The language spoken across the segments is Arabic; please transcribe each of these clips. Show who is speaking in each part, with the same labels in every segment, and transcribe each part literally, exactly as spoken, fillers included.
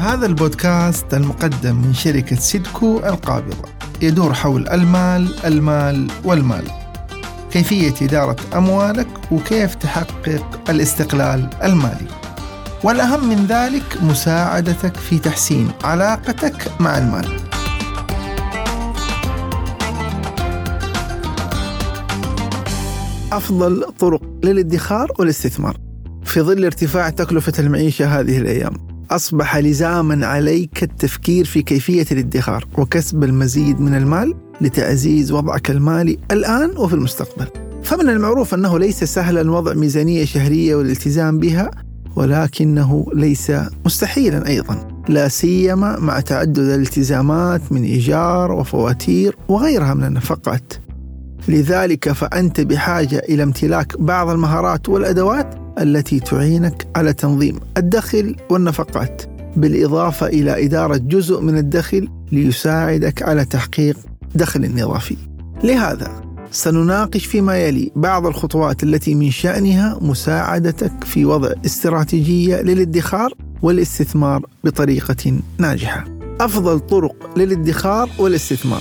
Speaker 1: هذا البودكاست المقدم من شركة سيدكو القابضة يدور حول المال المال والمال، كيفية إدارة أموالك وكيف تحقق الاستقلال المالي، والأهم من ذلك مساعدتك في تحسين علاقتك مع المال. أفضل طرق للادخار والاستثمار في ظل ارتفاع تكلفة المعيشة هذه الأيام، أصبح لزاما عليك التفكير في كيفية الادخار وكسب المزيد من المال لتعزيز وضعك المالي الآن وفي المستقبل. فمن المعروف أنه ليس سهلا وضع ميزانية شهرية والالتزام بها، ولكنه ليس مستحيلا أيضا، لا سيما مع تعدد الالتزامات من إيجار وفواتير وغيرها من النفقات. لذلك فأنت بحاجة إلى امتلاك بعض المهارات والأدوات التي تعينك على تنظيم الدخل والنفقات، بالإضافة إلى إدارة جزء من الدخل ليساعدك على تحقيق دخل نظافي. لهذا سنناقش فيما يلي بعض الخطوات التي من شأنها مساعدتك في وضع استراتيجية للادخار والاستثمار بطريقة ناجحة. أفضل طرق للادخار والاستثمار: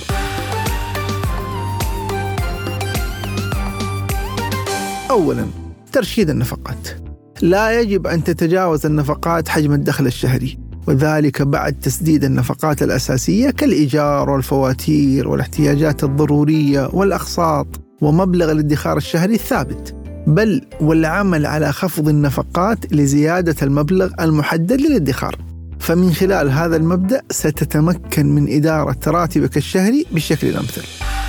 Speaker 1: أولاً، ترشيد النفقات. لا يجب أن تتجاوز النفقات حجم الدخل الشهري، وذلك بعد تسديد النفقات الأساسية كالإيجار والفواتير والاحتياجات الضرورية والأقساط ومبلغ الادخار الشهري الثابت، بل والعمل على خفض النفقات لزيادة المبلغ المحدد للادخار. فمن خلال هذا المبدأ ستتمكن من إدارة راتبك الشهري بالشكل الأمثل.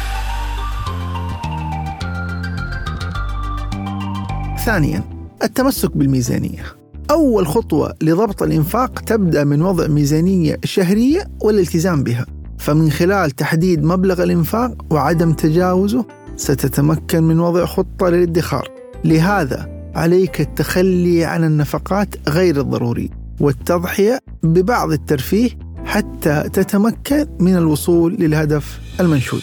Speaker 1: ثانياً، التمسك بالميزانية. أول خطوة لضبط الإنفاق تبدأ من وضع ميزانية شهرية والالتزام بها، فمن خلال تحديد مبلغ الإنفاق وعدم تجاوزه ستتمكن من وضع خطة للادخار. لهذا عليك التخلي عن النفقات غير الضرورية والتضحية ببعض الترفيه حتى تتمكن من الوصول للهدف المنشود.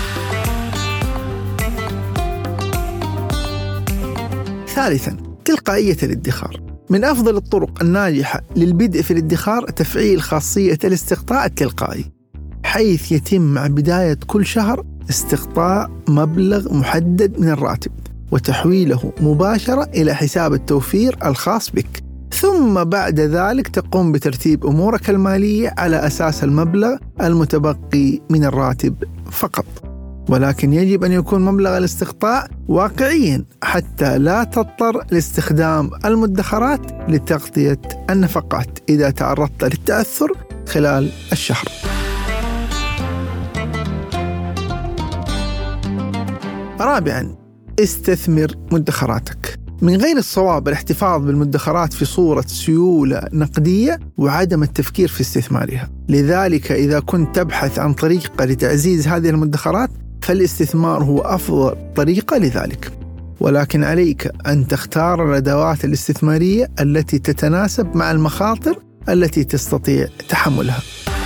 Speaker 1: ثالثاً، تلقائية الادخار. من أفضل الطرق الناجحة للبدء في الادخار تفعيل خاصية الاستقطاع التلقائي، حيث يتم مع بداية كل شهر استقطاع مبلغ محدد من الراتب وتحويله مباشرة إلى حساب التوفير الخاص بك، ثم بعد ذلك تقوم بترتيب أمورك المالية على أساس المبلغ المتبقي من الراتب فقط. ولكن يجب أن يكون مبلغ الاستقطاع واقعيا حتى لا تضطر لاستخدام المدخرات لتغطية النفقات إذا تعرضت للتأثر خلال الشهر. رابعا، استثمر مدخراتك. من غير الصواب الاحتفاظ بالمدخرات في صورة سيولة نقدية وعدم التفكير في استثمارها. لذلك إذا كنت تبحث عن طريقة لتعزيز هذه المدخرات فالاستثمار هو أفضل طريقة لذلك، ولكن عليك أن تختار الأدوات الاستثمارية التي تتناسب مع المخاطر التي تستطيع تحملها.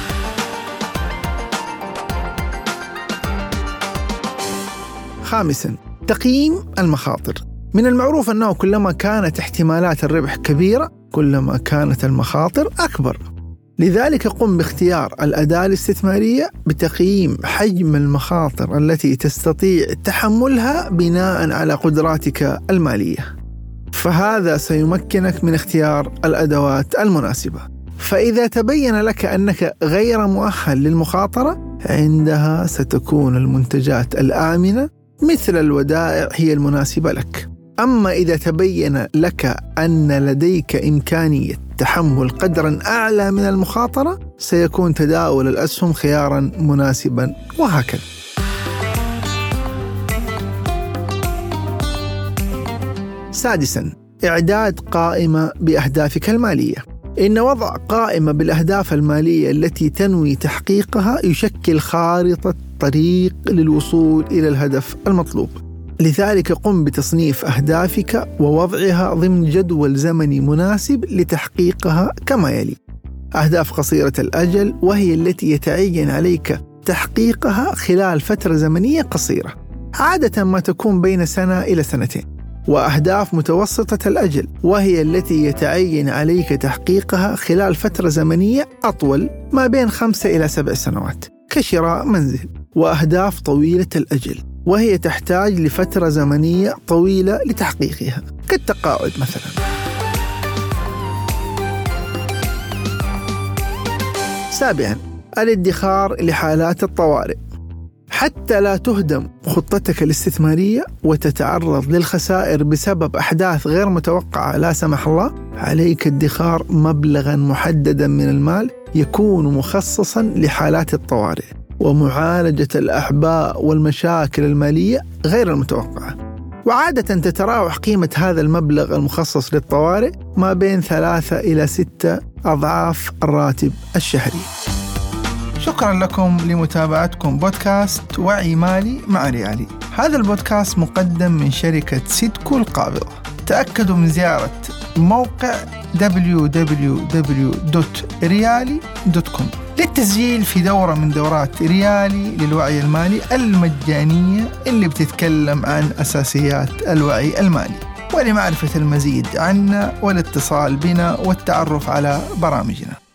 Speaker 1: خامساً، تقييم المخاطر. من المعروف أنه كلما كانت احتمالات الربح كبيرة كلما كانت المخاطر أكبر. لذلك قم باختيار الأداة الاستثمارية بتقييم حجم المخاطر التي تستطيع تحملها بناء على قدراتك المالية، فهذا سيمكنك من اختيار الأدوات المناسبة. فإذا تبين لك أنك غير مؤهل للمخاطرة، عندها ستكون المنتجات الآمنة مثل الودائع هي المناسبة لك. أما إذا تبين لك أن لديك إمكانية تحمل قدرا أعلى من المخاطرة، سيكون تداول الأسهم خيارا مناسبا، وهكذا. سادسا، إعداد قائمة بأهدافك المالية. إن وضع قائمة بالأهداف المالية التي تنوي تحقيقها يشكل خارطة طريق للوصول إلى الهدف المطلوب. لذلك قم بتصنيف أهدافك ووضعها ضمن جدول زمني مناسب لتحقيقها كما يلي: أهداف قصيرة الأجل، وهي التي يتعين عليك تحقيقها خلال فترة زمنية قصيرة، عادة ما تكون بين سنة إلى سنتين. وأهداف متوسطة الأجل، وهي التي يتعين عليك تحقيقها خلال فترة زمنية أطول ما بين خمسة إلى سبع سنوات، كشراء منزل. وأهداف طويلة الأجل، وهي تحتاج لفترة زمنية طويلة لتحقيقها، كالتقاعد مثلا. سابعا، الادخار لحالات الطوارئ. حتى لا تهدم خطتك الاستثمارية وتتعرض للخسائر بسبب أحداث غير متوقعة لا سمح الله، عليك ادخار مبلغا محددا من المال يكون مخصصا لحالات الطوارئ ومعالجة الأحباء والمشاكل المالية غير المتوقعة. وعادة تتراوح قيمة هذا المبلغ المخصص للطوارئ ما بين ثلاثة إلى ستة أضعاف الراتب الشهري. شكرا لكم لمتابعتكم بودكاست وعي مالي مع ريالي. هذا البودكاست مقدم من شركة سيدكو القابضة. تأكدوا من زيارة موقع دبليو دبليو دبليو دوت ريالي دوت كوم للتسجيل في دورة من دورات ريالي للوعي المالي المجانية اللي بتتكلم عن أساسيات الوعي المالي. ولمعرفة المزيد عنا والاتصال بنا والتعرف على برامجنا.